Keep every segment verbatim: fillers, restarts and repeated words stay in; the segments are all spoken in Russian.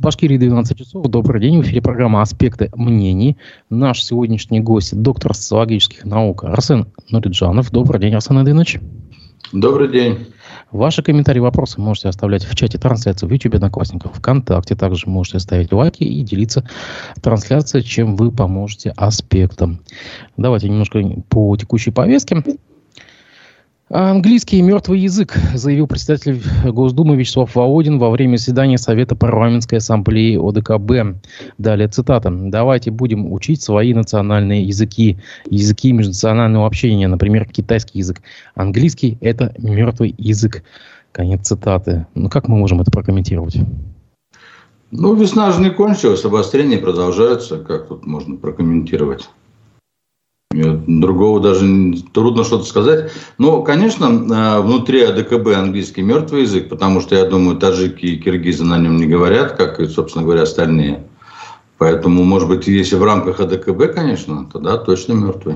Башкирии двенадцать часов. Добрый день. В эфире программа «Аспекты мнений». Наш сегодняшний гость – доктор социологических наук Арсен Нуриджанов. Добрый день, Арсен Эдинович. Добрый день. Ваши комментарии, вопросы можете оставлять в чате трансляции в YouTube, Одноклассниках, ВКонтакте. Также можете ставить лайки и делиться трансляцией, чем вы поможете аспектам. Давайте немножко по текущей повестке. Английский мертвый язык, заявил председатель Госдумы Вячеслав Володин во время заседания Совета парламентской ассамблеи О Дэ Ка Бэ. Далее цитата. «Давайте будем учить свои национальные языки, языки межнационального общения, например, китайский язык. Английский – это мертвый язык». Конец цитаты. Ну, как мы можем это прокомментировать? Ну, весна же не кончилась, обострения продолжаются. Как тут можно прокомментировать? Другого даже трудно что-то сказать. Но, конечно, внутри О Дэ Ка Бэ английский мертвый язык, потому что, я думаю, таджики и киргизы на нем не говорят, как и, собственно говоря, остальные. Поэтому, может быть, если в рамках О Дэ Ка Бэ, конечно, тогда точно мертвый.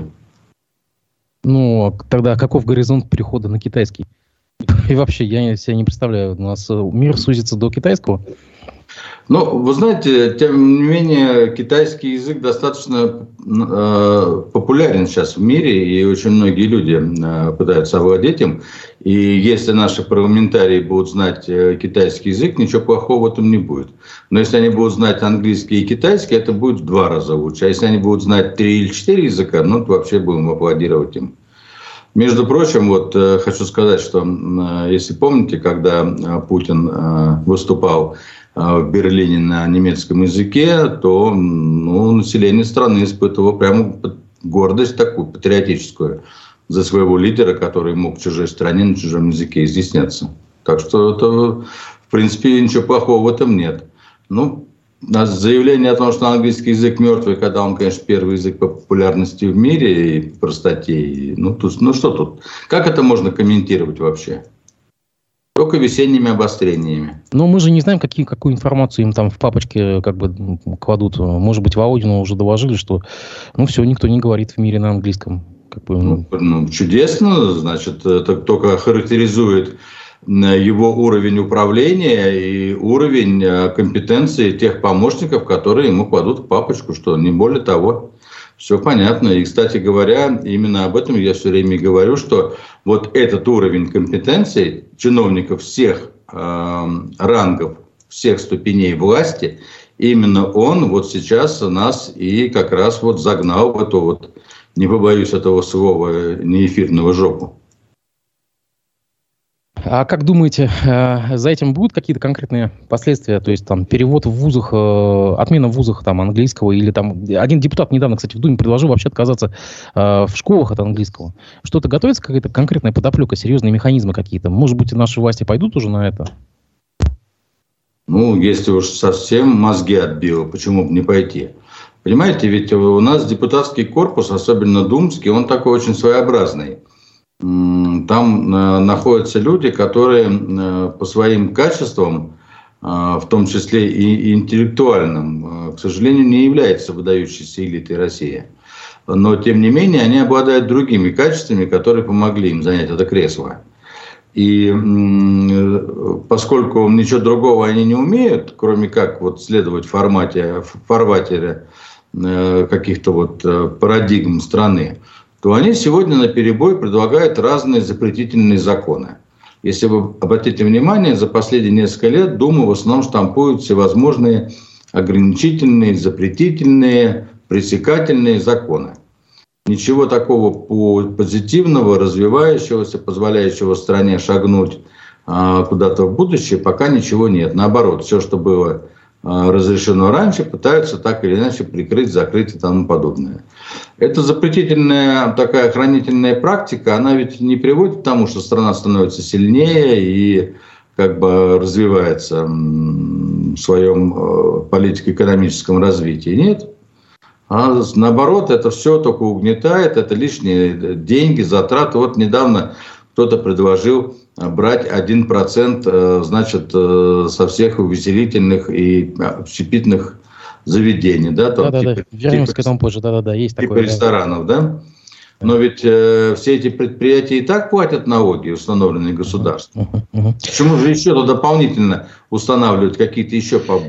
Ну, тогда каков горизонт перехода на китайский? И вообще, я себе не представляю, у нас мир сузится до китайского. Ну, вы знаете, тем не менее, китайский язык достаточно э, популярен сейчас в мире, и очень многие люди э, пытаются овладеть им. И если наши парламентарии будут знать э, китайский язык, ничего плохого в этом не будет. Но если они будут знать английский и китайский, это будет в два раза лучше. А если они будут знать три или четыре языка, ну, то вообще будем аплодировать им. Между прочим, вот э, хочу сказать, что э, если помните, когда э, Путин э, выступал в Берлине на немецком языке, то ну, население страны испытывало прямо гордость такую, патриотическую, за своего лидера, который мог в чужой стране на чужом языке изъясняться. Так что, это, в принципе, ничего плохого в этом нет. Ну, заявление о том, что английский язык мертвый, когда он, конечно, первый язык по популярности в мире и простоте. И, ну, тут, ну, что тут? Как это можно комментировать вообще? Только весенними обострениями. Но мы же не знаем, какие, какую информацию им там в папочке как бы кладут. Может быть, Володину уже доложили, что ну все, никто не говорит в мире на английском. Как бы, ну... Ну, ну, чудесно, значит, это только характеризует его уровень управления и уровень компетенции тех помощников, которые ему кладут в папочку, что не более того. Все понятно. И, кстати говоря, именно об этом я все время говорю, что вот этот уровень компетенции чиновников всех э, рангов, всех ступеней власти, именно он вот сейчас нас и как раз вот загнал в эту вот, не побоюсь этого слова, неэфирную жопу. А как думаете, за этим будут какие-то конкретные последствия? То есть там перевод в вузах, отмена в вузах там, английского или там... Один депутат недавно, кстати, в Думе предложил вообще отказаться в школах от английского. Что-то готовится, какая-то конкретная подоплека, серьезные механизмы какие-то? Может быть, и наши власти пойдут уже на это? Ну, если уж совсем мозги отбило, почему бы не пойти? Понимаете, ведь у нас депутатский корпус, особенно думский, он такой очень своеобразный. Там э, находятся люди, которые э, по своим качествам, э, в том числе и, и интеллектуальным, э, к сожалению, не являются выдающейся элитой России. Но, тем не менее, они обладают другими качествами, которые помогли им занять это кресло. И э, поскольку ничего другого они не умеют, кроме как вот следовать в формате, в фарватере э, каких-то вот э, парадигм страны, то они сегодня наперебой предлагают разные запретительные законы. Если вы обратите внимание, за последние несколько лет Дума в основном штампует всевозможные ограничительные, запретительные, пресекательные законы. Ничего такого позитивного, развивающегося, позволяющего стране шагнуть а, куда-то в будущее, пока ничего нет. Наоборот, все, что было разрешено раньше, пытаются так или иначе прикрыть, закрыть и тому подобное. Эта запретительная такая охранительная практика, она ведь не приводит к тому, что страна становится сильнее и как бы развивается в своем политико-экономическом развитии. Нет. А наоборот, это все только угнетает, это лишние деньги, затраты. Вот недавно кто-то предложил брать один процент, значит, со всех увеселительных и общепитных заведений. Да, там, да, да, типа, да. Вернемся типа, к этому позже. Да, да, да, есть типа такое. ресторанов, да. да? Но ведь э, все эти предприятия и так платят налоги, установленные государством. Uh-huh, uh-huh. Почему же еще дополнительно устанавливают какие-то еще поборы?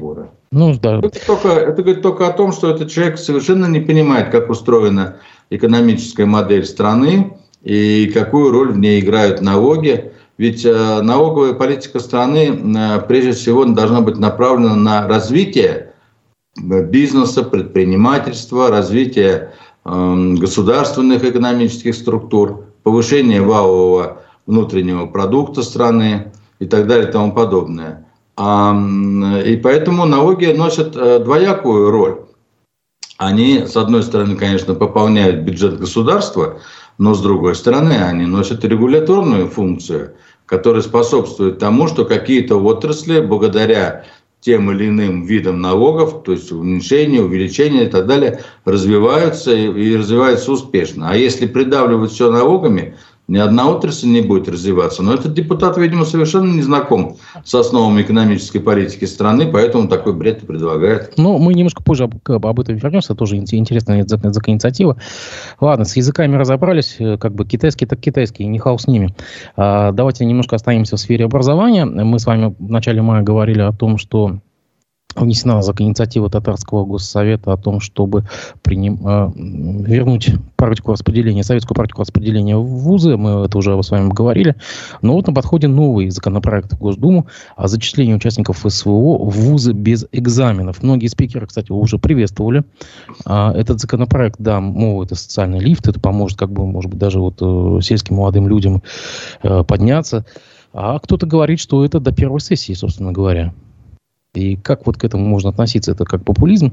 Ну, да. Это, только, это говорит только о том, что этот человек совершенно не понимает, как устроена экономическая модель страны и какую роль в ней играют налоги. Ведь э, налоговая политика страны э, прежде всего должна быть направлена на развитие бизнеса, предпринимательства, развитие э, государственных экономических структур, повышение валового внутреннего продукта страны и так далее и тому подобное. А, и поэтому налоги носят э, двоякую роль. Они, с одной стороны, конечно, пополняют бюджет государства, но с другой стороны, они носят регуляторную функцию, которая способствует тому, что какие-то отрасли, благодаря тем или иным видам налогов, то есть уменьшение, увеличение и так далее, развиваются и, и развиваются успешно. А если придавливать все налогами, ни одна отрасль не будет развиваться. Но этот депутат, видимо, совершенно не знаком с основами экономической политики страны, поэтому такой бред и предлагает. Ну, мы немножко позже об, об этом вернемся. Тоже интересная инициатива. Ладно, с языками разобрались. Как бы китайский, так китайский. Не хау с ними. А, давайте немножко останемся в сфере образования. Мы с вами в начале мая говорили о том, что внесена инициатива Татарского госсовета о том, чтобы приним, э, вернуть практику распределения, советскую практику распределения в вузы. Мы это уже с вами говорили. Но вот на подходе новый законопроект в Госдуму о зачислении участников СВО в вузы без экзаменов. Многие спикеры, кстати, уже приветствовали а, этот законопроект. Да, мол, это социальный лифт, это поможет, как бы, может быть, даже вот э, сельским молодым людям э, подняться. А кто-то говорит, что это до первой сессии, собственно говоря. И как вот к этому можно относиться? Это как популизм?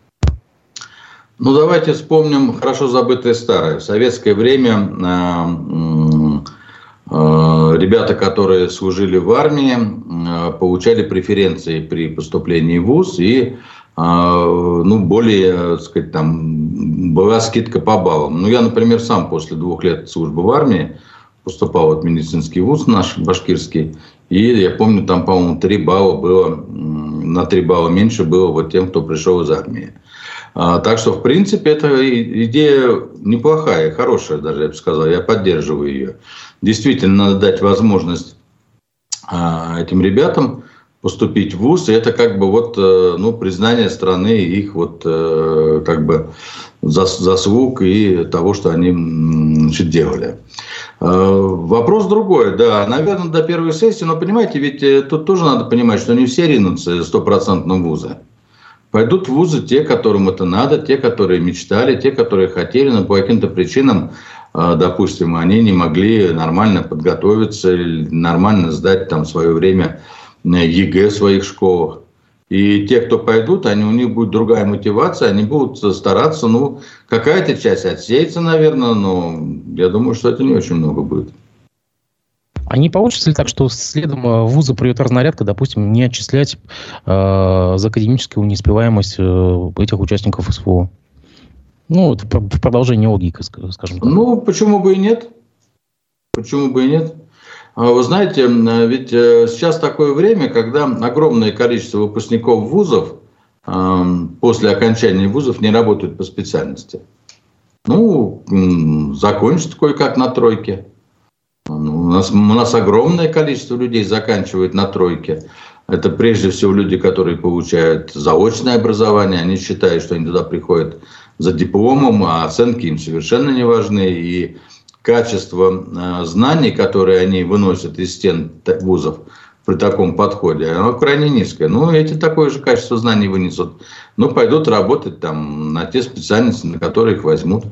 Ну, давайте вспомним хорошо забытое старое. В советское время э, э, ребята, которые служили в армии, э, получали преференции при поступлении в вуз. И э, ну, более, так сказать, там, была скидка по баллам. Ну, я, например, сам после двух лет службы в армии поступал в медицинский вуз наш, башкирский. И я помню, там, по-моему, три балла было, на три балла меньше было вот тем, кто пришел из армии. А, так что, в принципе, эта идея неплохая, хорошая даже, я бы сказал, я поддерживаю ее. Действительно, надо дать возможность а, этим ребятам поступить в вуз, и это как бы вот, ну, признание страны их вот как бы заслуг и того, что они, значит, делали. Вопрос другой, да, наверное, до первой сессии, но понимаете, ведь тут тоже надо понимать, что не все ринутся стопроцентно в вузы. Пойдут в вузы те, которым это надо, те, которые мечтали, те, которые хотели, но по каким-то причинам, допустим, они не могли нормально подготовиться или нормально сдать там в свое время ЕГЭ в своих школах. И те, кто пойдут, они, у них будет другая мотивация, они будут стараться, ну, какая-то часть отсеется, наверное, но я думаю, что это не очень много будет. А не получится ли так, что следом в вузы придет разнарядка, допустим, не отчислять э, за академическую неуспеваемость э, этих участников СВО? Ну, вот в продолжение логики, скажем так. Ну, почему бы и нет? Почему бы и нет? Вы знаете, ведь сейчас такое время, когда огромное количество выпускников вузов после окончания вузов не работают по специальности. Ну, закончат кое-как на тройке. У нас, у нас огромное количество людей заканчивает на тройке. Это прежде всего люди, которые получают заочное образование. Они считают, что они туда приходят за дипломом, а оценки им совершенно не важны. И качество э, знаний, которые они выносят из стен вузов при таком подходе, оно крайне низкое. Ну, эти такое же качество знаний вынесут. Ну, пойдут работать там на те специальности, на которые их возьмут.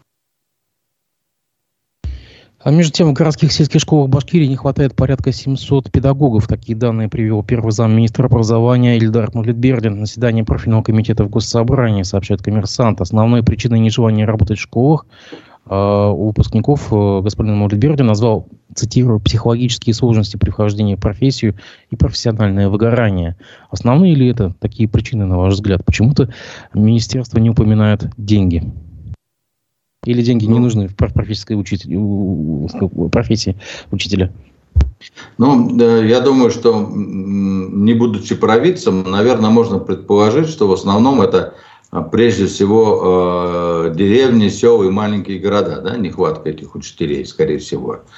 А между тем, в городских сельских школах Башкирии не хватает порядка семисот педагогов. Такие данные привел первый замминистра образования Ильдар Мулетбердин на заседании профильного комитета в Госсобрании, сообщает «Коммерсант». Основной причиной нежелания работать в школах у выпускников господин Мулетбердин назвал, цитирую, психологические сложности при вхождении в профессию и профессиональное выгорание. Основные ли это такие причины, на ваш взгляд? Почему-то министерство не упоминает деньги. Или деньги не нужны в профессиональной учитель... профессии учителя? Ну, я думаю, что, не будучи провидцем, наверное, можно предположить, что в основном это прежде всего деревни, села и маленькие города, да, нехватка этих учителей, скорее всего.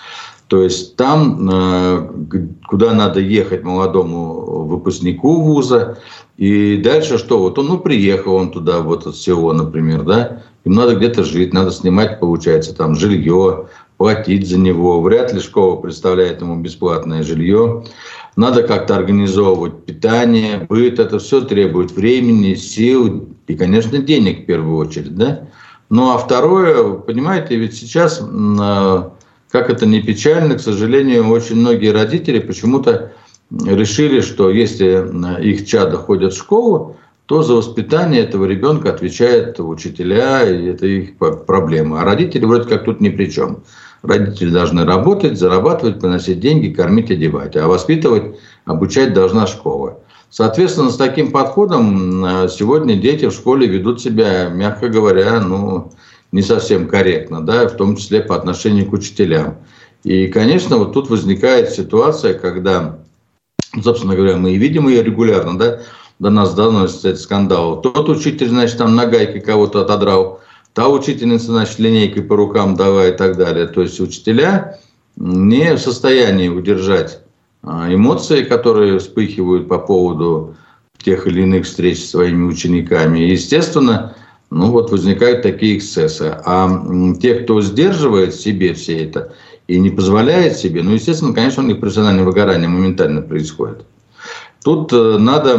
То есть там, куда надо ехать молодому выпускнику вуза, и дальше что? Вот он, ну, приехал он туда, вот от СИО, например, да, им надо где-то жить, надо снимать, получается, там, жилье, платить за него. Вряд ли школа представляет ему бесплатное жилье. Надо как-то организовывать питание, быт. Это все требует времени, сил и, конечно, денег в первую очередь, да. Ну, а второе, понимаете, ведь сейчас, как это ни печально, к сожалению, очень многие родители почему-то решили, что если их чадо ходят в школу, то за воспитание этого ребенка отвечают учителя, и это их проблема. А родители вроде как тут ни при чем. Родители должны работать, зарабатывать, приносить деньги, кормить, одевать. А воспитывать, обучать должна школа. Соответственно, с таким подходом сегодня дети в школе ведут себя, мягко говоря, ну, не совсем корректно, да, в том числе по отношению к учителям. И, конечно, вот тут возникает ситуация, когда, собственно говоря, мы и видим ее регулярно, да, до нас доносится этот скандал. Тот учитель, значит, там на гайке кого-то отодрал, та учительница, значит, линейкой по рукам давай и так далее. То есть учителя не в состоянии удержать эмоции, которые вспыхивают по поводу тех или иных встреч с своими учениками. И, естественно, ну вот возникают такие эксцессы. А те, кто сдерживает в себе все это и не позволяет себе, ну, естественно, конечно, у них профессиональное выгорание моментально происходит. Тут надо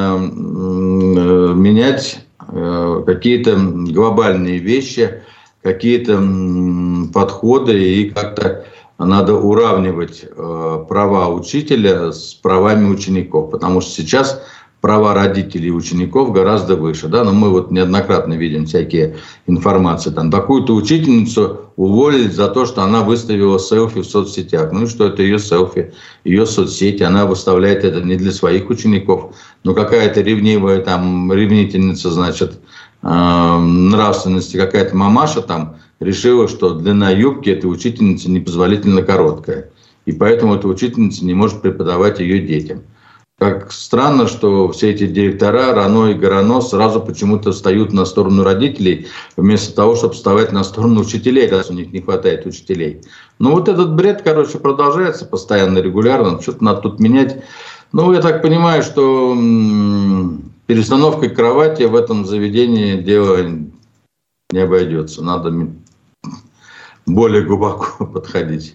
менять какие-то глобальные вещи, какие-то подходы, и как-то надо уравнивать права учителя с правами учеников, потому что сейчас права родителей и учеников гораздо выше. Да? Но мы вот неоднократно видим всякие информации. Там такую-то учительницу уволили за то, что она выставила селфи в соцсетях. Ну и что это ее селфи, ее соцсети. Она выставляет это не для своих учеников, но какая-то ревнивая там, ревнительница, значит, э, нравственности, какая-то мамаша там решила, что длина юбки этой учительницы непозволительно короткая. И поэтому эта учительница не может преподавать ее детям. Как странно, что все эти директора Рано и Горано сразу почему-то встают на сторону родителей, вместо того, чтобы вставать на сторону учителей, раз у них не хватает учителей. Ну вот этот бред, короче, продолжается постоянно, регулярно. Что-то надо тут менять. Ну, я так понимаю, что м- перестановкой кровати в этом заведении дело не обойдется. Надо м- более глубоко подходить.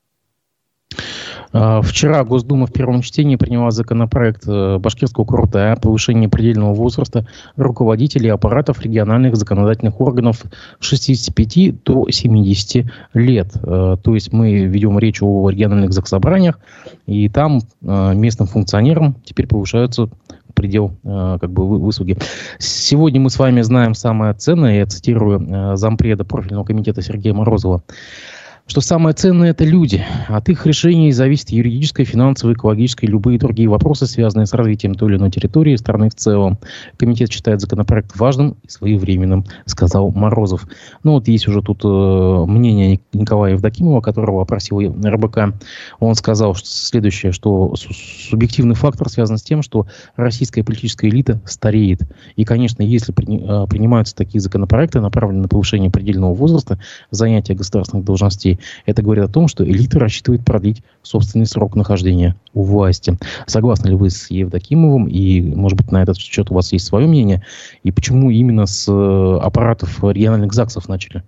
Вчера Госдума в первом чтении приняла законопроект башкирского курултая о повышении предельного возраста руководителей аппаратов региональных законодательных органов с шестидесяти пяти до семидесяти лет. То есть мы ведем речь о региональных заксобраниях, и там местным функционерам теперь повышаются предел как бы выслуги. Сегодня мы с вами знаем самое ценное, я цитирую зампреда профильного комитета Сергея Морозова, что самое ценное – это люди. От их решений зависит юридическое, финансовое, экологическое и любые другие вопросы, связанные с развитием той или иной территории, страны в целом. Комитет считает законопроект важным и своевременным, сказал Морозов. Ну вот есть уже тут э, мнение Николая Евдокимова, которого опросил эр бэ ка. Он сказал что следующее, что субъективный фактор связан с тем, что российская политическая элита стареет. И, конечно, если при, э, принимаются такие законопроекты, направленные на повышение предельного возраста занятия государственных должностей, это говорит о том, что элита рассчитывает продлить собственный срок нахождения у власти. Согласны ли вы с Евдокимовым? И, может быть, на этот счет у вас есть свое мнение? И почему именно с аппаратов региональных ЗАГСов начали?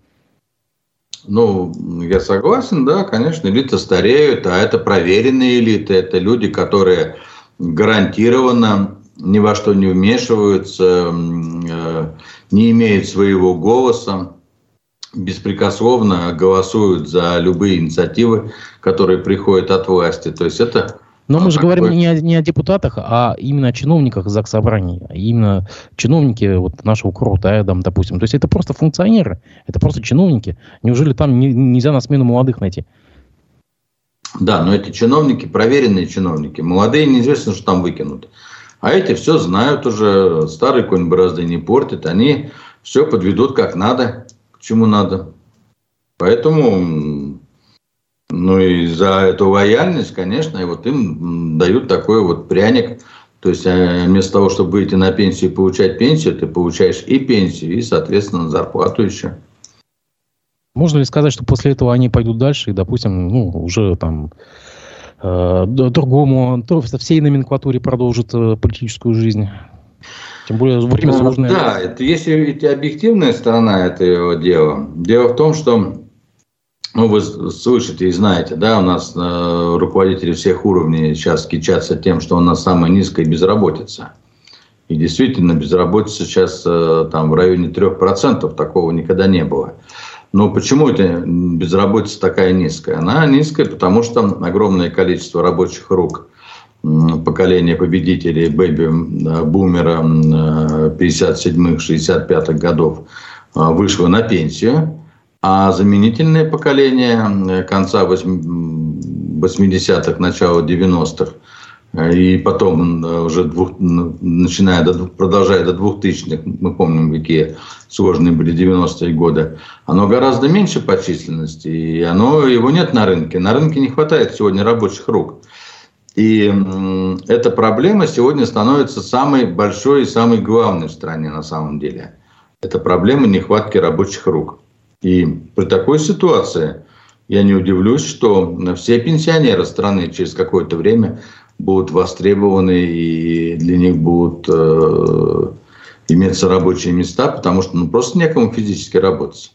Ну, я согласен, да, конечно, элиты стареют, а это проверенные элиты, это люди, которые гарантированно ни во что не вмешиваются, не имеют своего голоса, беспрекословно голосуют за любые инициативы, которые приходят от власти. То есть это... Но мы же такой... говорим не о, не о депутатах, а именно о чиновниках заксобраний. Именно чиновники вот нашего курултая, допустим. То есть это просто функционеры, это просто чиновники. Неужели там не, нельзя на смену молодых найти? Да, но эти чиновники, проверенные чиновники. Молодые неизвестно, что там выкинут. А эти все знают уже, старый конь борозды не портит. Они все подведут как надо. Чему надо. Поэтому, ну и за эту лояльность, конечно, и вот им дают такой вот пряник. То есть вместо того, чтобы выйти на пенсию и получать пенсию, ты получаешь и пенсию, и, соответственно, зарплату еще. Можно ли сказать, что после этого они пойдут дальше и, допустим, ну, уже там э, другому, со всей номенклатуре продолжат э, политическую жизнь? Тем более время сложное. Да, это, если это объективная сторона этого дела. Дело в том, что, ну, вы слышите и знаете, да, у нас э, руководители всех уровней сейчас кичатся тем, что у нас самая низкая безработица. И действительно, безработица сейчас э, там в районе трех процентов, такого никогда не было. Но почему эта безработица такая низкая? Она низкая, потому что огромное количество рабочих рук поколения победителей бэби-бумера пятьдесят седьмых — шестьдесят пятых годов вышло на пенсию, а заменительное поколение конца восьмидесятых, начала девяностых и потом уже двух, начиная до, продолжая до двухтысячных, мы помним, какие сложные были девяностые годы, оно гораздо меньше по численности, и оно, его нет на рынке. На рынке не хватает сегодня рабочих рук. И м, эта проблема сегодня становится самой большой и самой главной в стране на самом деле. Это проблема нехватки рабочих рук. И при такой ситуации я не удивлюсь, что все пенсионеры страны через какое-то время будут востребованы, и для них будут э, иметься рабочие места, потому что ну, просто некому физически работать.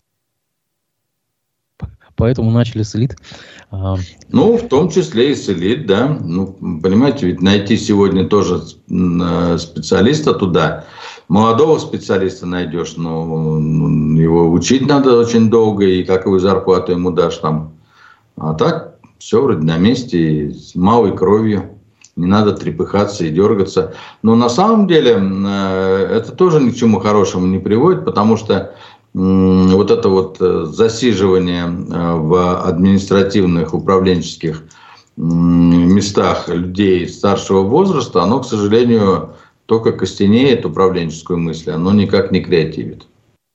Поэтому начали с элит. Ну, в том числе и с элит, да. Ну, понимаете, ведь найти сегодня тоже специалиста туда, молодого специалиста найдешь, но его учить надо очень долго, и какую зарплату ему дашь там. А так все вроде на месте, с малой кровью. Не надо трепыхаться и дергаться. Но на самом деле это тоже ни к чему хорошему не приводит, потому что вот это вот засиживание в административных, управленческих местах людей старшего возраста, оно, к сожалению, только костенеет управленческую мысль, оно никак не креативит.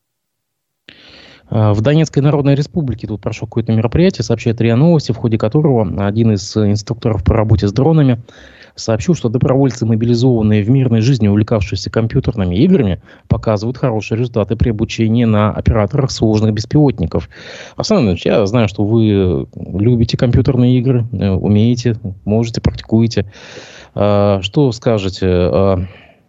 В Донецкой Народной Республике тут прошло какое-то мероприятие, сообщает РИА Новости, в ходе которого один из инструкторов по работе с дронами сообщил, что добровольцы, мобилизованные в мирной жизни, увлекавшиеся компьютерными играми, показывают хорошие результаты при обучении на операторах сложных беспилотников. Александр Иванович, я знаю, что вы любите компьютерные игры, умеете, можете, практикуете. Что скажете?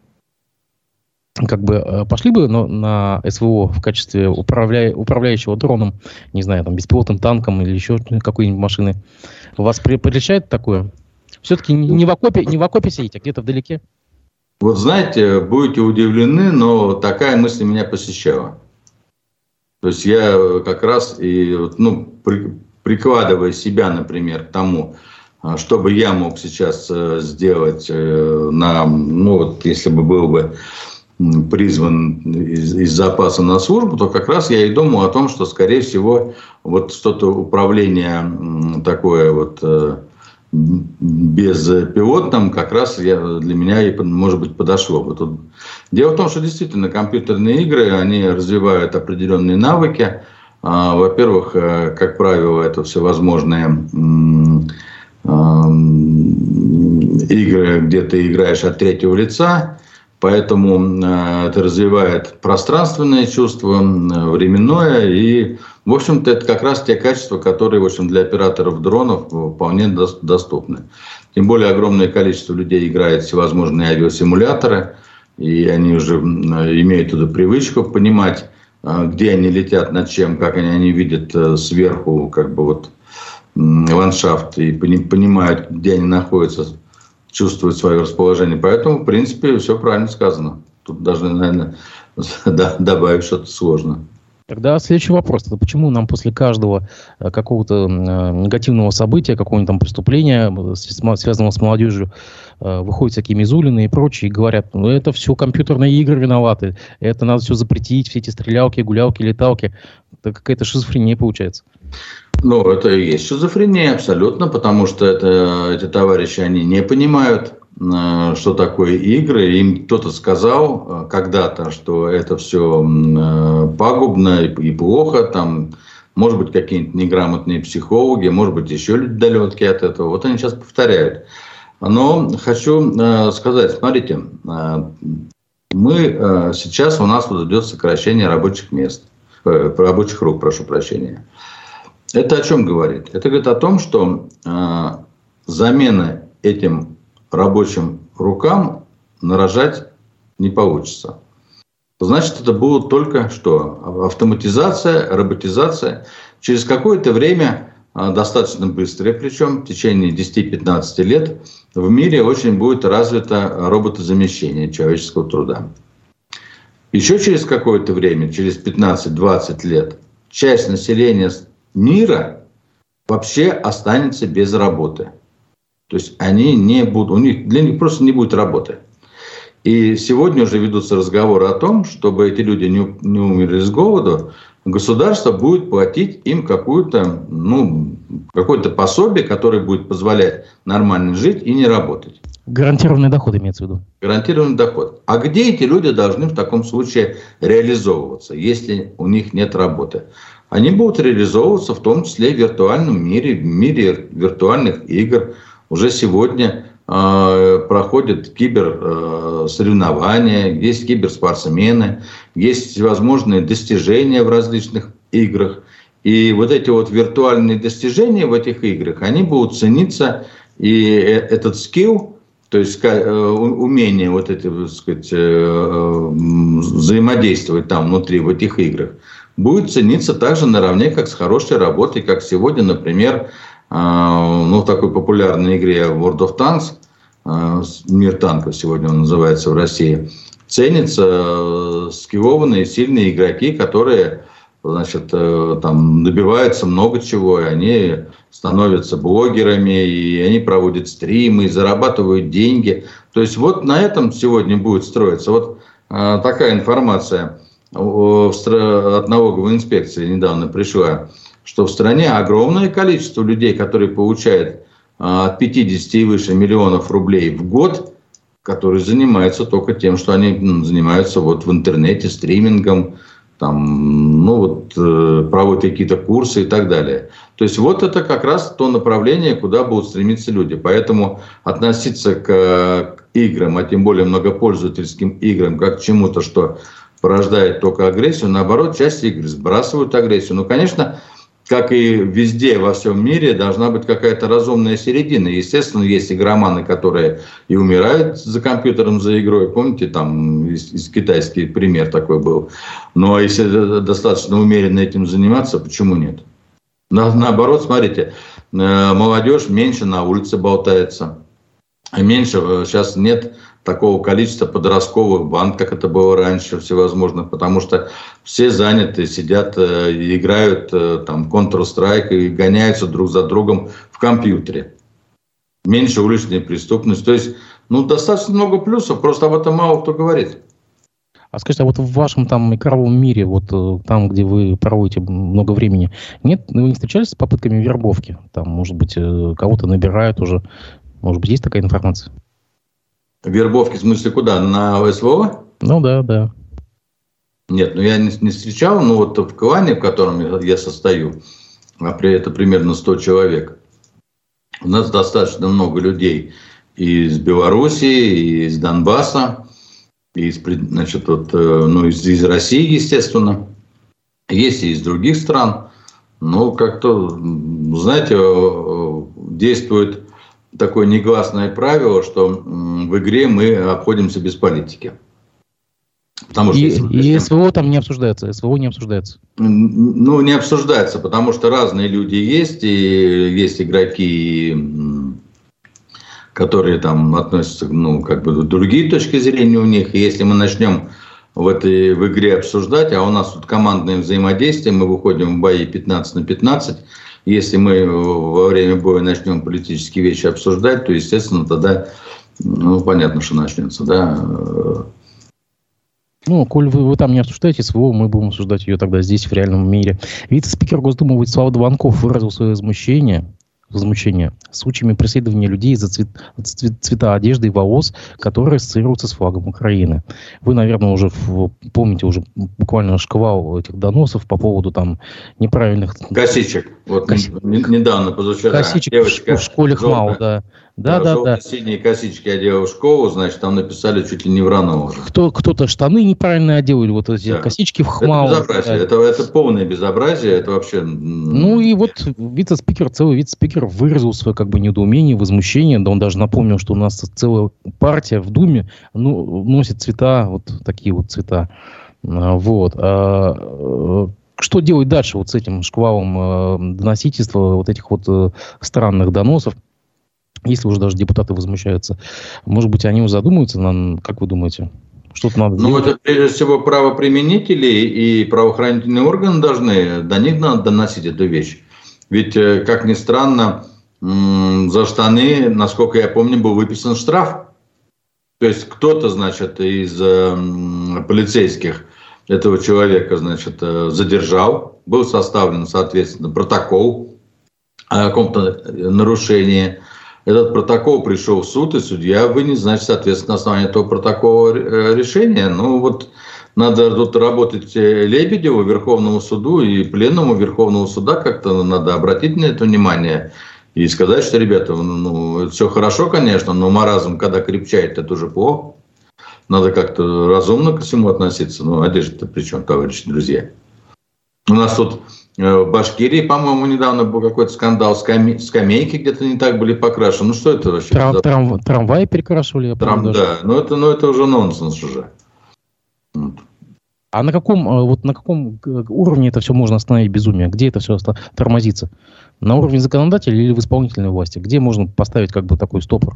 Как бы пошли бы на, на СВО в качестве управля... управляющего дроном, не знаю, там, беспилотным танком или еще какой-нибудь машины. Вас прельщает такое? Все-таки не в окопе, не в окопе сидите, а где-то вдалеке? Вот знаете, будете удивлены, но такая мысль меня посещала. То есть я как раз и, ну, при, прикладывая себя, например, к тому, что бы я мог сейчас сделать на, ну вот, если бы был бы призван из, из запаса на службу, то как раз я и думал о том, что, скорее всего, вот что-то управление такое вот беспилотным как раз я, для меня, и, может быть, подошло бы. Тут... Дело в том, что действительно компьютерные игры, они развивают определенные навыки. Во-первых, как правило, это всевозможные игры, где ты играешь от третьего лица, поэтому это развивает пространственное чувство, временное, и, в общем-то, это как раз те качества, которые, в общем, для операторов дронов вполне доступны. Тем более огромное количество людей играет в всевозможные авиасимуляторы, и они уже имеют эту привычку понимать, где они летят, над чем, как они, они видят сверху, как бы вот ландшафт, и понимают, где они находятся, чувствуют свое расположение. Поэтому, в принципе, все правильно сказано. Тут даже, наверное, добавить что-то сложно. Тогда следующий вопрос. Это почему нам после каждого какого-то негативного события, какого-нибудь там преступления, связанного с молодежью, выходят всякие Мизулины и прочие и говорят, ну это все компьютерные игры виноваты, это надо все запретить, все эти стрелялки, гулялки, леталки. Это какая-то шизофрения получается. Ну, это и есть шизофрения абсолютно, потому что это, эти товарищи, они не понимают, что такое игры. Им кто-то сказал когда-то, что это все пагубно и плохо, там, может быть, какие-нибудь неграмотные психологи, может быть, еще люди далекие от этого. Вот они сейчас повторяют. Но хочу сказать, смотрите, мы сейчас, у нас вот идет сокращение рабочих мест. э, рабочих рук, прошу прощения. Это о чем говорит? Это говорит о том, что э, замена этим рабочим рукам нарожать не получится. Значит, это будет только что? Автоматизация, роботизация. Через какое-то время, достаточно быстрое, причем в течение десяти-пятнадцати лет, в мире очень будет развито роботозамещение человеческого труда. Еще через какое-то время, через пятнадцать-двадцать лет, часть населения мира вообще останется без работы. То есть они не будут, у них, для них просто не будет работы. И сегодня уже ведутся разговоры о том, чтобы эти люди не, не умерли с голоду, государство будет платить им какую-то, ну, какое-то пособие, которое будет позволять нормально жить и не работать. Гарантированный доход имеется в виду. Гарантированный доход. А где эти люди должны в таком случае реализовываться, если у них нет работы? Они будут реализовываться в том числе в виртуальном мире, в мире виртуальных игр. Уже сегодня э, проходят киберсоревнования, э, есть киберспортсмены, есть всевозможные достижения в различных играх. И вот эти вот виртуальные достижения в этих играх, они будут цениться, и этот скилл, то есть умение вот это, так сказать, взаимодействовать там внутри, в этих играх, будет цениться также наравне, как с хорошей работой, как сегодня, например, ну, в такой популярной игре World of Tanks, мир танков сегодня он называется в России, ценятся скиллованные, сильные игроки, которые, значит, там добиваются много чего, и они становятся блогерами, и они проводят стримы, и зарабатывают деньги. То есть вот на этом сегодня будет строиться. Вот такая информация от налоговой инспекции недавно пришла, что в стране огромное количество людей, которые получают от пятидесяти и выше миллионов рублей в год, которые занимаются только тем, что они занимаются вот в интернете, стримингом, там, ну вот, проводят какие-то курсы и так далее. То есть вот это как раз то направление, куда будут стремиться люди. Поэтому относиться к, к играм, а тем более многопользовательским играм, как к чему-то, что порождает только агрессию, наоборот, часть игр сбрасывают агрессию. Ну, конечно, как и везде во всем мире, должна быть какая-то разумная середина. Естественно, есть игроманы, которые и умирают за компьютером, за игрой. Помните, там из, из китайский пример такой был. Но если достаточно умеренно этим заниматься, почему нет? На, наоборот, смотрите, молодежь меньше на улице болтается. Меньше, сейчас нет такого количества подростковых банд, как это было раньше, всевозможных, потому что все заняты, сидят, играют там Counter-Strike и гоняются друг за другом в компьютере. Меньше уличной преступности. То есть, ну, достаточно много плюсов, просто об этом мало кто говорит. А скажите, а вот в вашем там игровом мире, вот там, где вы проводите много времени, нет, вы не встречались с попытками вербовки? Там, может быть, кого-то набирают уже? Может быть, есть такая информация? Вербовки, в смысле, куда? На СВО? Ну да, да. Нет, ну я не, не встречал, но вот в клане, в котором я состою, а при это примерно сто человек, у нас достаточно много людей из Белоруссии, и из Донбасса, и из, значит, вот, ну, из, из России, естественно. Есть и из других стран. Но как-то, знаете, действует такое негласное правило, что в игре мы обходимся без политики. Потому что, и, если, и СВО там не обсуждается, СВО не обсуждается. Ну, не обсуждается, потому что разные люди есть, и есть игроки, которые там относятся, ну, как бы другие точки зрения у них. И если мы начнем в этой в игре обсуждать, а у нас тут командное взаимодействие, мы выходим в бои пятнадцать на пятнадцать, если мы во время боя начнем политические вещи обсуждать, то, естественно, тогда, ну, понятно, что начнется, да. Ну, коль вы, вы там не обсуждаете СВО, мы будем обсуждать ее тогда здесь, в реальном мире. Вице-спикер Госдумы Вячеслав Дованков выразил свое возмущение, возмущение случаями преследования людей за цвет, цвет, цвета одежды и волос, которые ассоциируются с флагом Украины. Вы, наверное, уже в, помните уже буквально шквал этих доносов по поводу там неправильных... Косичек. Вот Коси... недавно, позавчера. Косичек девочка, в школе ХМАУ, да. Да, да, да. Желто-синие косички одел Шкову, значит, там написали чуть ли не Вранову уже. Кто, кто-то штаны неправильно одел, или вот эти да. косички в хмал. Это безобразие, да. это, это полное безобразие, это вообще... Ну и вот вице-спикер, целый вице-спикер выразил свое как бы недоумение, возмущение, да он даже напомнил, что у нас целая партия в Думе ну, носит цвета, вот такие вот цвета. Вот. А, что делать дальше вот с этим шквалом доносительства, вот этих вот странных доносов? Если уже даже депутаты возмущаются, может быть, они уже задумаются, как вы думаете? Что-то надо ну, делать? это прежде всего правоприменители и правоохранительные органы должны, до них надо доносить эту вещь. Ведь, как ни странно, за штаны, насколько я помню, был выписан штраф. То есть кто-то, значит, из полицейских этого человека, значит, задержал, был составлен, соответственно, протокол о каком-то нарушении. Этот протокол пришел в суд, и судья вынес, значит, соответственно, на основании этого протокола решения. Ну, вот надо тут работать Лебедеву, Верховному суду и Пленуму Верховного суда, как-то надо обратить на это внимание и сказать, что, ребята, ну, все хорошо, конечно, но маразм, когда крепчает, это уже плохо. Надо как-то разумно ко всему относиться. Ну, одежда-то при чем, товарищи, друзья? У нас тут... В Башкирии, по-моему, недавно был какой-то скандал, скаме... скамейки где-то не так были покрашены. Ну что это вообще? Трам, трам, трамваи перекрашивали? Трам, да, но это, но это уже нонсенс уже. Вот. А на каком, вот на каком уровне это все можно остановить безумие? Где это все тормозится? На уровне законодателя или в исполнительной власти? Где можно поставить как бы такой стопор?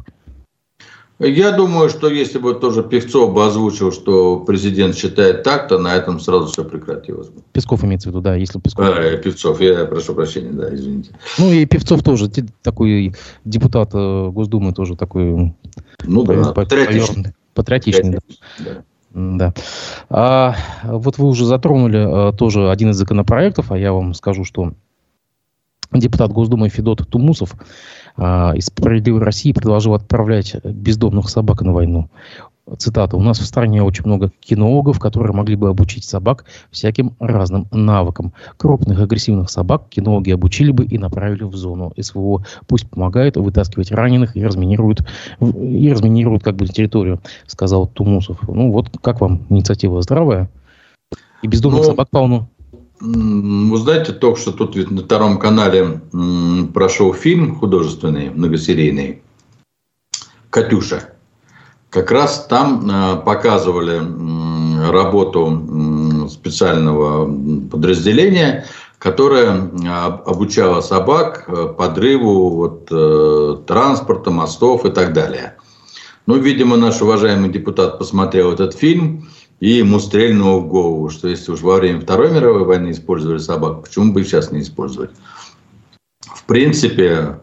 Я думаю, что если бы тоже Певцов бы озвучил, что президент считает так, то на этом сразу все прекратилось бы. Песков имеется в виду, да, если Песков. А, Певцов, я прошу прощения, да, извините. Ну и Певцов тоже, такой депутат Госдумы, тоже такой... Ну да, патриотичный. Патриотичный, да. Да. А, вот вы уже затронули а, тоже один из законопроектов, а я вам скажу, что депутат Госдумы Федот Тумусов а, из «Справедливой России» предложил отправлять бездомных собак на войну. Цитата. «У нас в стране очень много кинологов, которые могли бы обучить собак всяким разным навыкам. Крупных агрессивных собак кинологи обучили бы и направили в зону СВО. Пусть помогают вытаскивать раненых и разминируют, и разминируют как бы территорию», сказал Тумусов. Ну вот, как вам инициатива здравая? И бездомных ну, собак полно. Вы знаете, только что тут на Втором канале м, прошел фильм художественный, многосерийный «Катюша». Как раз там э, показывали э, работу э, специального подразделения, которое э, обучало собак э, подрыву вот, э, транспорта, мостов и так далее. Ну, видимо, наш уважаемый депутат посмотрел этот фильм, и ему стрельнуло в голову, что если уж во время Второй мировой войны использовали собак, почему бы их сейчас не использовать? В принципе,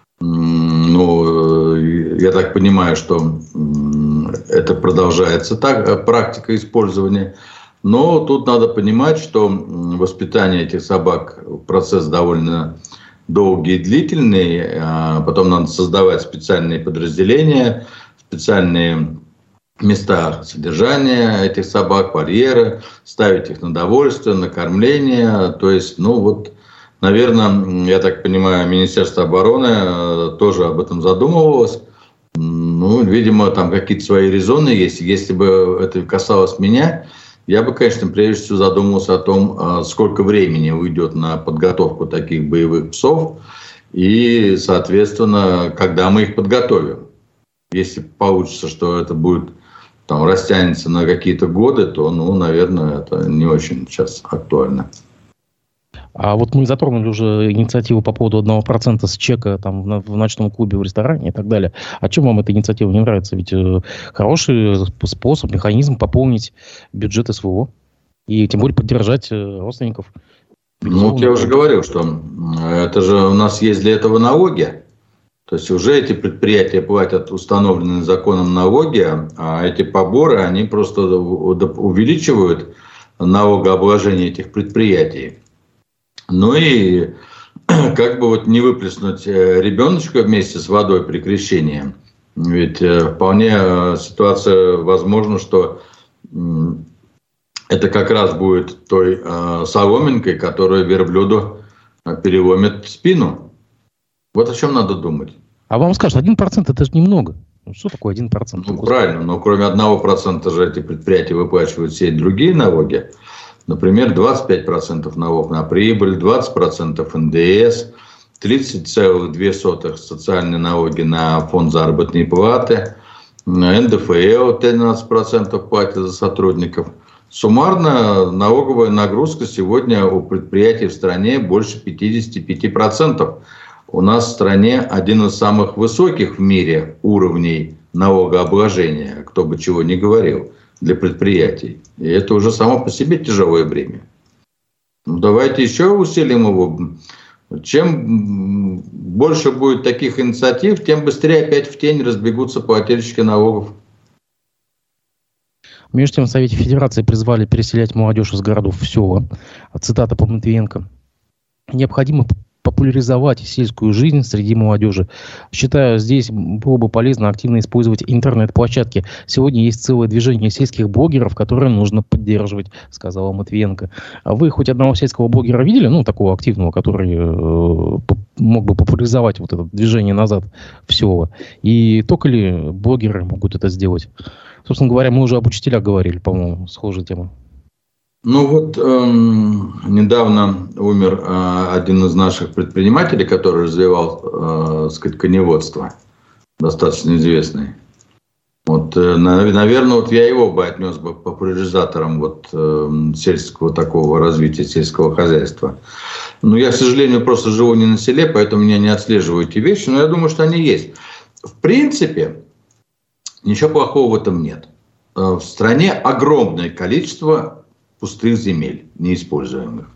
ну, я так понимаю, что это продолжается так, практика использования. Но тут надо понимать, что воспитание этих собак процесс довольно долгий и длительный. Потом надо создавать специальные подразделения, специальные места содержания этих собак, барьеры, ставить их на довольствие, на кормление. То есть, ну вот, наверное, я так понимаю, Министерство обороны тоже об этом задумывалось. Ну, видимо, там какие-то свои резоны есть. Если бы это касалось меня, я бы, конечно, прежде всего задумался о том, сколько времени уйдет на подготовку таких боевых псов и, соответственно, когда мы их подготовим. Если получится, что это будет там растянется на какие-то годы, то, ну, наверное, это не очень сейчас актуально. А вот мы затронули уже инициативу по поводу одного процента с чека там, в, в ночном клубе, в ресторане и так далее. А чем вам эта инициатива не нравится? Ведь э, хороший способ, механизм пополнить бюджет СВО и тем более поддержать э, родственников. Ну, вот я уже говорил, что это же у нас есть для этого налоги. То есть уже эти предприятия платят установленные законом налоги, а эти поборы, они просто увеличивают налогообложение этих предприятий. Ну и как бы вот не выплеснуть ребеночка вместе с водой при крещении. Ведь вполне ситуация возможна, что это как раз будет той соломинкой, которая верблюду переломит спину. Вот о чем надо думать. А вам скажут, один процент это же немного. Ну, что такое один процент? Ну, правильно, но кроме одного процента же эти предприятия выплачивают все другие налоги. Например, двадцать пять процентов налог на прибыль, двадцать процентов эн дэ эс, тридцать целых две сотых социальные налоги на фонд заработной платы, эн дэ эф эл тринадцать процентов платят за сотрудников. Суммарно налоговая нагрузка сегодня у предприятий в стране больше пятьдесят пять процентов. У нас в стране один из самых высоких в мире уровней налогообложения, кто бы чего ни говорил, для предприятий. И это уже само по себе тяжелое бремя. Ну, давайте еще усилим его. Чем больше будет таких инициатив, тем быстрее опять в тень разбегутся плательщики налогов. Между тем, в Совете Федерации призвали переселять молодежь из городов в села. Цитата по Матвиенко. Необходимо популяризовать сельскую жизнь среди молодежи. Считаю, здесь было бы полезно активно использовать интернет-площадки. Сегодня есть целое движение сельских блогеров, которое нужно поддерживать, сказала Матвиенко. А вы хоть одного сельского блогера видели, ну, такого активного, который э, мог бы популяризовать вот это движение назад в село? И только ли блогеры могут это сделать? Собственно говоря, мы уже об учителях говорили, по-моему, схожая тема. Ну вот эм, недавно умер э, один из наших предпринимателей, который развивал, э, сказать, коневодство, достаточно известный. Вот, э, наверное, вот я его бы отнес бы популяризатором вот, э, сельского такого развития сельского хозяйства. Но я, к сожалению, просто живу не на селе, поэтому меня не отслеживаю эти вещи, но я думаю, что они есть. В принципе, ничего плохого в этом нет. В стране огромное количество пустых земель, неиспользуемых.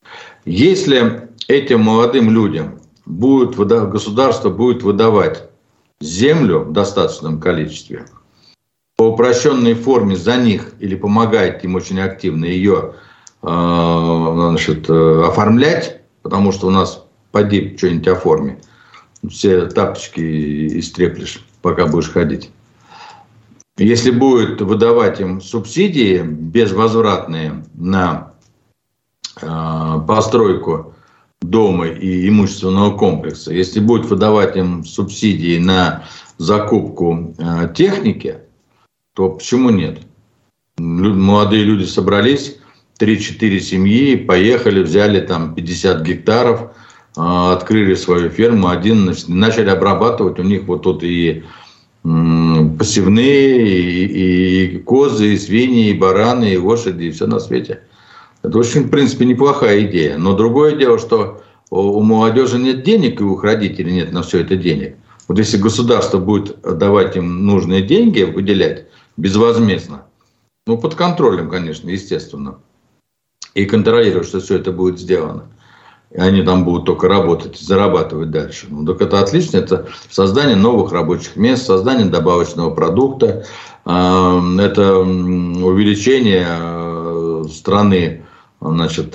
Если этим молодым людям будет выдав... государство будет выдавать землю в достаточном количестве, по упрощенной форме за них или помогает им очень активно ее э, значит, оформлять, потому что у нас поди что-нибудь оформи, все тапочки истреплешь, пока будешь ходить. Если будет выдавать им субсидии безвозвратные на э, постройку дома и имущественного комплекса, если будет выдавать им субсидии на закупку э, техники, то почему нет? Лю- молодые люди собрались, три-четыре семьи, поехали, взяли там пятьдесят гектаров, э, открыли свою ферму, один начали обрабатывать, у них вот тут и посевные, и, и козы, и свиньи, и бараны, и лошади, и все на свете. Это очень, в принципе, неплохая идея. Но другое дело, что у молодежи нет денег, и у их родителей нет на все это денег. Вот если государство будет давать им нужные деньги, выделять безвозмездно, ну, под контролем, конечно, естественно, и контролировать, что все это будет сделано, и они там будут только работать и зарабатывать дальше. Ну, так это отлично. Это создание новых рабочих мест, создание добавочного продукта, это увеличение страны, значит,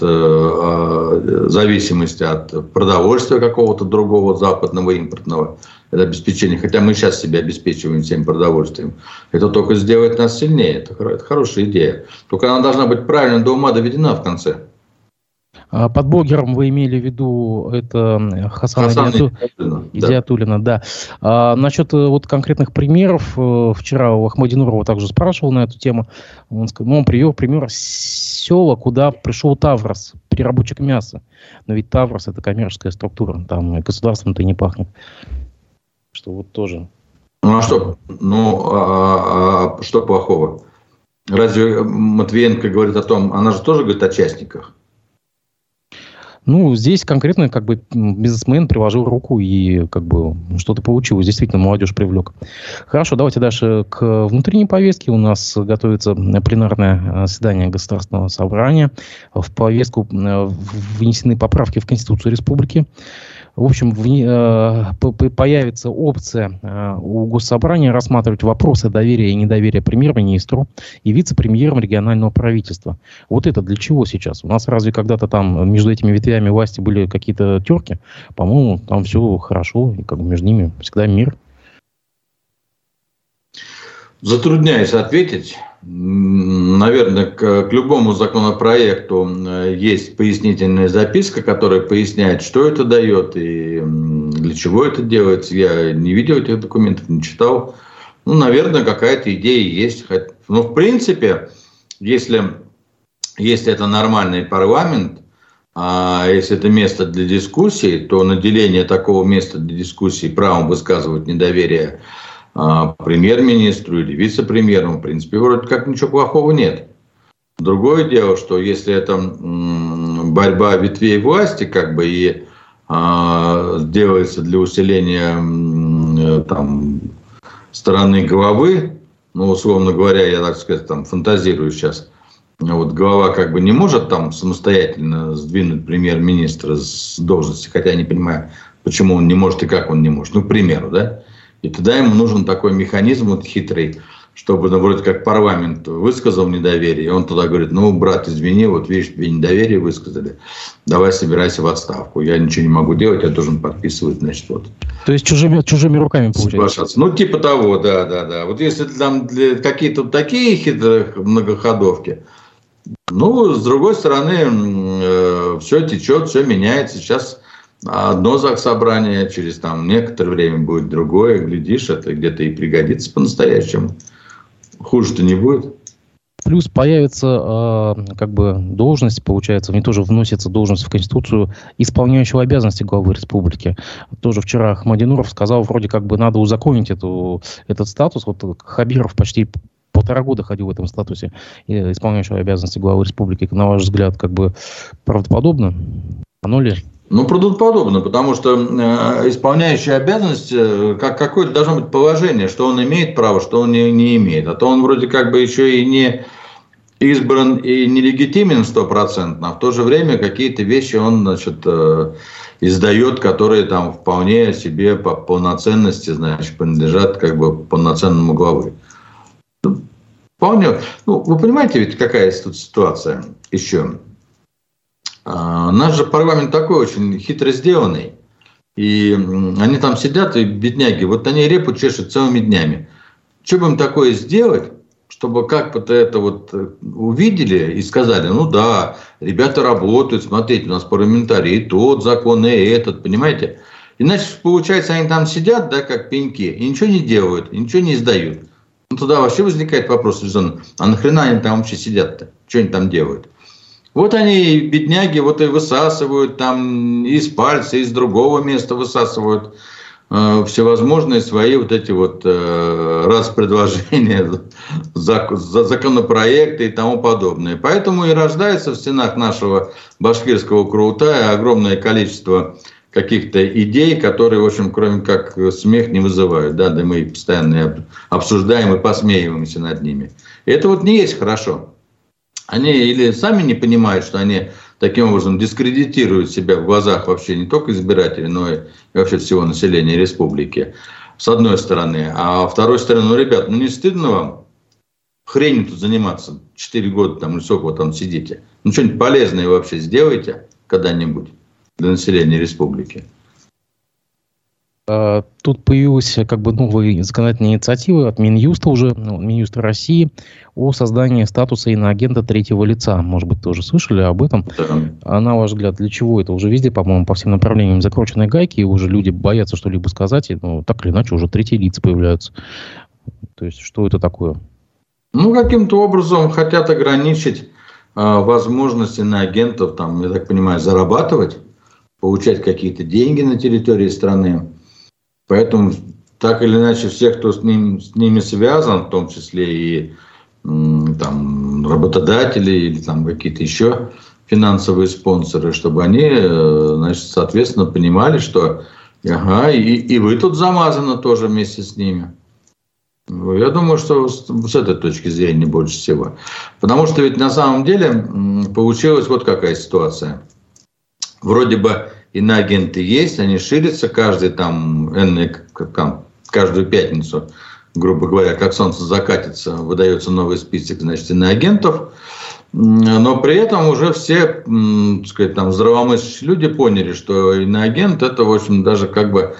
зависимости от продовольствия какого-то другого, западного, импортного. Это обеспечение. Хотя мы сейчас себя обеспечиваем всем продовольствием. Это только сделает нас сильнее. Это, это хорошая идея. Только она должна быть правильно до ума доведена в конце. Под блогером вы имели в виду это Хасана Хасан Идиатуллина, Идиатуллина, да. да. А, насчет вот конкретных примеров, вчера у Ахмадинурова также спрашивал на эту тему. Он, ну, он привел пример села, куда пришел Таврос, переработчик мяса. Но ведь Таврос — это коммерческая структура, там государством-то и не пахнет. Что вот тоже. Ну а что? Ну а, а что плохого? Разве Матвиенко говорит о том, она же тоже говорит о частниках? Ну, здесь конкретно как бы бизнесмен приложил руку и как бы что-то получилось. Действительно, молодежь привлек. Хорошо, давайте дальше к внутренней повестке. У нас готовится пленарное заседание Государственного собрания. В повестку внесены поправки в Конституцию Республики. В общем, в, э, появится опция э, у Госсобрания рассматривать вопросы доверия и недоверия премьер-министру и вице-премьерам регионального правительства. Вот это для чего сейчас? У нас разве когда-то там между этими ветвями власти были какие-то терки? По-моему, там все хорошо, и как бы между ними всегда мир. Затрудняюсь ответить. Наверное, к, к любому законопроекту есть пояснительная записка, которая поясняет, что это дает и Для чего это делается? Я не видел этих документов, не читал. Ну, наверное, какая-то идея есть. Но, в принципе, если, если это нормальный парламент, а если это место для дискуссий, то наделение такого места для дискуссий правом высказывать недоверие а, премьер-министру или вице-премьеру, в принципе, вроде как ничего плохого нет. Другое дело, что если это м, борьба ветвей власти, как бы и а, делается для усиления м, там, стороны головы, ну, условно говоря, я, так сказать, там фантазирую сейчас, вот глава как бы не может там самостоятельно сдвинуть премьер-министра с должности, хотя я не понимаю, почему он не может и как он не может. Ну, к примеру, да? И тогда ему нужен такой механизм вот хитрый, чтобы, ну, вроде как парламент высказал недоверие, и он туда говорит: ну, брат, извини, вот видишь, тебе недоверие высказали, давай собирайся в отставку. Я ничего не могу делать, я должен подписывать, значит, вот. То есть чужими, чужими руками получается? Ну, типа того, да, да, да. Вот если там какие-то такие хитрые многоходовки, ну, с другой стороны, э, все течет, все меняется. Сейчас одно заксобрание, через там некоторое время будет другое. Глядишь, это где-то и пригодится по-настоящему. Хуже-то не будет. Плюс появится э, как бы должность, получается, в ней тоже вносится должность в Конституцию исполняющего обязанности главы республики. Тоже вчера Ахмадинуров сказал, вроде как бы надо узаконить эту, этот статус. Вот Хабиров почти полтора года ходил в этом статусе исполняющего обязанности главы республики. На ваш взгляд, как бы правдоподобно? Оно ли? Ну, правдоподобно, потому что э, исполняющий обязанности, как, какое-то должно быть положение, что он имеет право, что он не, не имеет. А то он вроде как бы еще и не избран и нелегитимен стопроцентно, а в то же время какие-то вещи он, значит, э, издает, которые там вполне себе по полноценности, значит, принадлежат как бы полноценному главы. Вполне. Ну, вы понимаете, ведь какая тут ситуация еще? А, наш же парламент такой очень хитро сделанный. И они там сидят, и бедняги, вот они репу чешут целыми днями. Что бы им такое сделать, чтобы как-то это вот увидели и сказали: ну да, ребята работают, смотрите, у нас парламентарии, тот закон, и этот, понимаете? Иначе, получается, они там сидят, да, как пеньки, и ничего не делают, и ничего не издают. Ну, тогда вообще возникает вопрос: а нахрена они там вообще сидят-то? Что они там делают? Вот они, бедняги, вот и высасывают там из пальца, из другого места высасывают э, всевозможные свои вот эти вот э, распредложения, зак, законопроекты и тому подобное. Поэтому и рождается в стенах нашего башкирского Курултая огромное количество каких-то идей, которые, в общем, кроме как смех не вызывают. Да, да мы их постоянно обсуждаем и посмеиваемся над ними. И это вот не есть хорошо. Они или сами не понимают, что они таким образом дискредитируют себя в глазах вообще не только избирателей, но и вообще всего населения республики, с одной стороны. А с второй стороны: ну, ребят, ну не стыдно вам хренью тут заниматься четыре года там, или сколько вы там сидите? Ну, что-нибудь полезное вообще сделайте когда-нибудь для населения республики. Тут появилась как бы новая законодательная инициатива от Минюста уже, ну, Минюста России, о создании статуса иноагента третьего лица. Может быть, тоже слышали об этом? Да. А на ваш взгляд, для чего это? Уже везде, по-моему, по всем направлениям закрученные гайки, и уже люди боятся что-либо сказать, и, ну, так или иначе уже третьи лица появляются. То есть, что это такое? Ну, каким-то образом хотят ограничить э, возможности иноагентов, там, я так понимаю, зарабатывать, получать какие-то деньги на территории страны. Поэтому так или иначе всех, кто с, ним, с ними связан, в том числе и м, там, работодатели или там, какие-то еще финансовые спонсоры, чтобы они, значит, соответственно, понимали, что ага, и, и вы тут замазаны тоже вместе с ними. Я думаю, что с, с этой точки зрения больше всего. Потому что ведь на самом деле м, получилась вот какая ситуация. Вроде бы иноагенты есть, они ширятся каждый там, каждую пятницу, грубо говоря, как солнце закатится, выдается новый список, значит, иноагентов. Но при этом уже все, так сказать, там, здравомыслящие люди поняли, что иноагент — это, в общем, даже как бы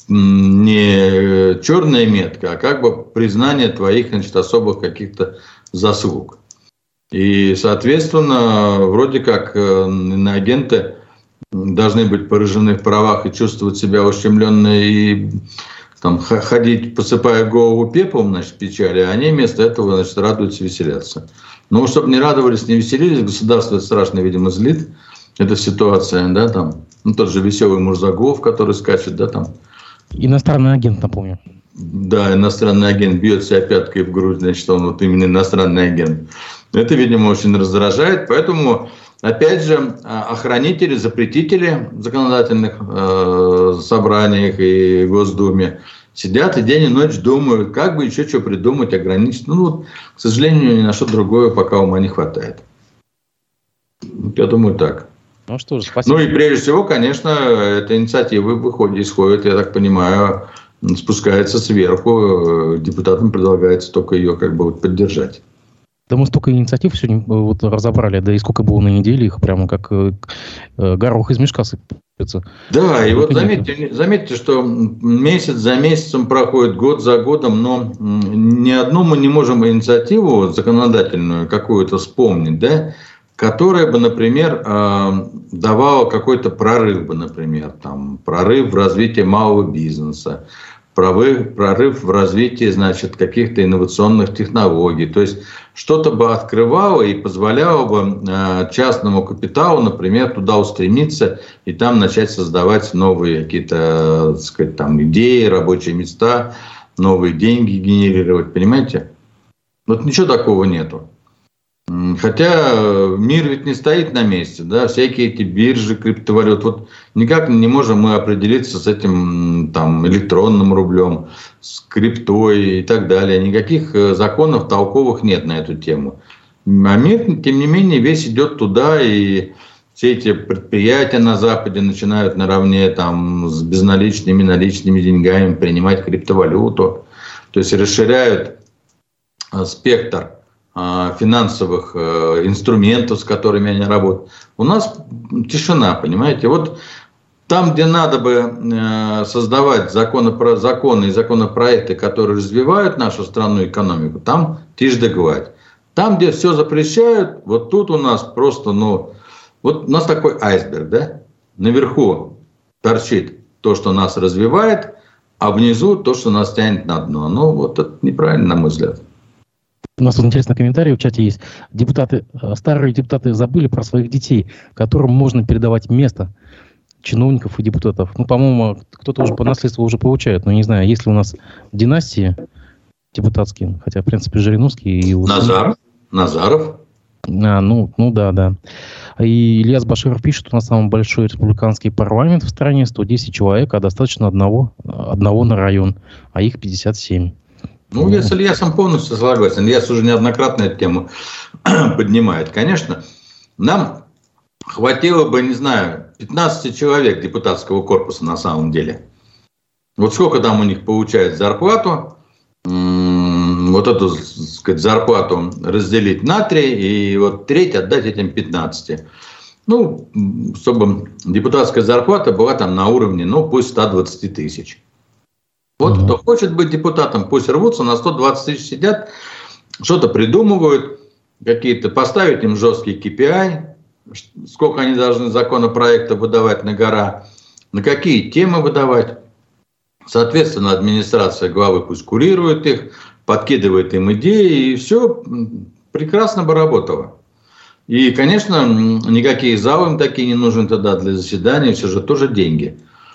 не черная метка, а как бы признание твоих, значит, особых каких-то заслуг. И, соответственно, вроде как иноагенты должны быть поражены в правах и чувствовать себя ущемленно и там, ходить, посыпая голову пеплом, значит, печали, а они вместо этого, значит, радуются, веселятся. Но чтобы не радовались, не веселились, государство это страшно, видимо, злит. Эта ситуация, да, там, ну, тот же веселый Мурзагулов, который скачет, да, там. Иностранный агент, напомню. Да, иностранный агент бьет себя пяткой в грудь, значит, он вот именно иностранный агент. Это, видимо, очень раздражает, поэтому, опять же, охранители, запретители в законодательных э, собраниях и Госдуме сидят и день и ночь думают, как бы еще что придумать, ограничить. Ну, вот, к сожалению, ни на что другое пока ума не хватает. Я думаю, так. Ну что же, спасибо. Ну и прежде всего, конечно, эта инициатива выходит, исходит, я так понимаю, спускается сверху. Депутатам предлагается только ее как бы вот поддержать. Да мы столько инициатив сегодня вот разобрали, да и сколько было на неделе, их прямо как э, горох из мешка сыпется. Да, и вот заметьте, заметьте, что месяц за месяцем проходит, год за годом, но ни одну мы не можем инициативу законодательную какую-то вспомнить, да, которая бы, например, давала какой-то прорыв бы, например, там, прорыв в развитии малого бизнеса, прорыв, прорыв в развитии, значит, каких-то инновационных технологий. То есть что-то бы открывало и позволяло бы частному капиталу, например, туда устремиться и там начать создавать новые какие-то, так сказать, там, идеи, рабочие места, новые деньги генерировать, понимаете? Вот ничего такого нету. Хотя мир ведь не стоит на месте, да, всякие эти биржи, криптовалют. Вот никак не можем мы определиться с этим там, электронным рублем, с криптой и так далее. Никаких законов толковых нет на эту тему. А мир, тем не менее, весь идет туда, и все эти предприятия на Западе начинают наравне там, с безналичными, наличными деньгами принимать криптовалюту. То есть расширяют спектр финансовых инструментов, с которыми они работают. У нас тишина, понимаете. Вот там, где надо бы создавать законы, законы и законопроекты, которые развивают нашу страну, экономику, там тишь да гладь. Там, где все запрещают, вот тут у нас просто, ну, вот у нас такой айсберг, да? Наверху торчит то, что нас развивает, а внизу то, что нас тянет на дно. Ну, вот это неправильно, на мой взгляд. У нас тут интересный комментарий в чате есть. Депутаты, старые депутаты забыли про своих детей, которым можно передавать место чиновников и депутатов. Ну, по-моему, кто-то уже по наследству уже получает. Но не знаю, есть ли у нас династии депутатские, хотя, в принципе, Жириновский и... Назаров. Назаров. А, ну, ну да, да. И Ильяс Баширов пишет, у нас самый большой республиканский парламент в стране, сто десять человек, а достаточно одного, одного на район, а их пятьдесят семь. Ну, я с Ильясом полностью согласен. Ильяс уже неоднократно эту тему поднимает. Конечно, нам хватило бы, не знаю, пятнадцать человек депутатского корпуса на самом деле. Вот сколько там у них получает зарплату, вот эту, так сказать, зарплату разделить на три, и вот треть отдать этим пятнадцати. Ну, чтобы депутатская зарплата была там на уровне, ну, пусть сто двадцать тысяч. Вот mm-hmm. кто хочет быть депутатом, пусть рвутся, на сто двадцать тысяч сидят, что-то придумывают, какие-то, поставить им жесткие кей пи ай, сколько они должны законопроекта выдавать на гора, на какие темы выдавать. Соответственно, администрация главы пусть курирует их, подкидывает им идеи, и все прекрасно бы работало. И, конечно, никакие залы им такие не нужны тогда для заседания, все же тоже деньги.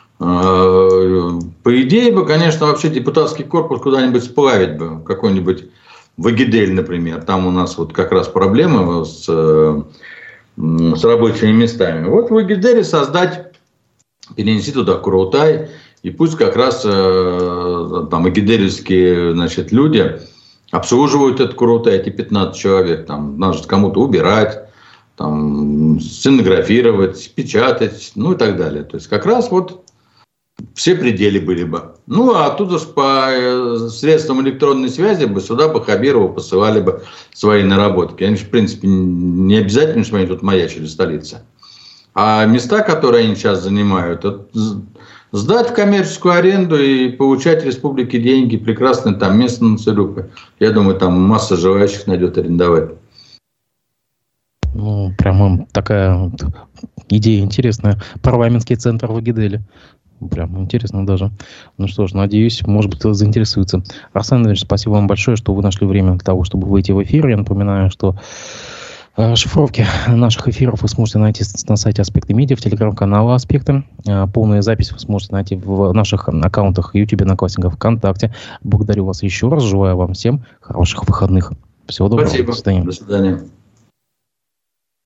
По идее бы, конечно, вообще депутатский корпус куда-нибудь сплавить бы, какой-нибудь Вагидель, например. Там у нас вот как раз проблемы с, с рабочими местами. Вот в Вагиделе создать, перенести туда Курултай, и пусть как раз там вагиделевские, значит, люди обслуживают этот Курултай, эти пятнадцать человек. Там надо кому-то убирать, там, сценографировать, печатать, ну и так далее. То есть как раз вот все пределы были бы. Ну, а оттуда же по средствам электронной связи бы сюда бы Хабирову посылали бы свои наработки. Они же, в принципе, не обязательно, что они тут маячили в столице. А места, которые они сейчас занимают, это сдать в коммерческую аренду и получать республике деньги. Прекрасное там место на Царюпе. Я думаю, там масса желающих найдет арендовать. Ну, прямо такая вот идея интересная. Парламентский центр в Агиделе. Прям интересно даже. Ну что ж, надеюсь, может быть, кто-то заинтересуется. Арсен Андреевич, спасибо вам большое, что вы нашли время для того, чтобы выйти в эфир. Я напоминаю, что э, шифровки наших эфиров вы сможете найти на сайте Аспекты Медиа, в телеграм-канале Аспекты. Э, полную запись вы сможете найти в наших аккаунтах YouTube, Одноклассников, ВКонтакте. Благодарю вас еще раз. Желаю вам всем хороших выходных. Всего доброго. Спасибо. До свидания. До свидания.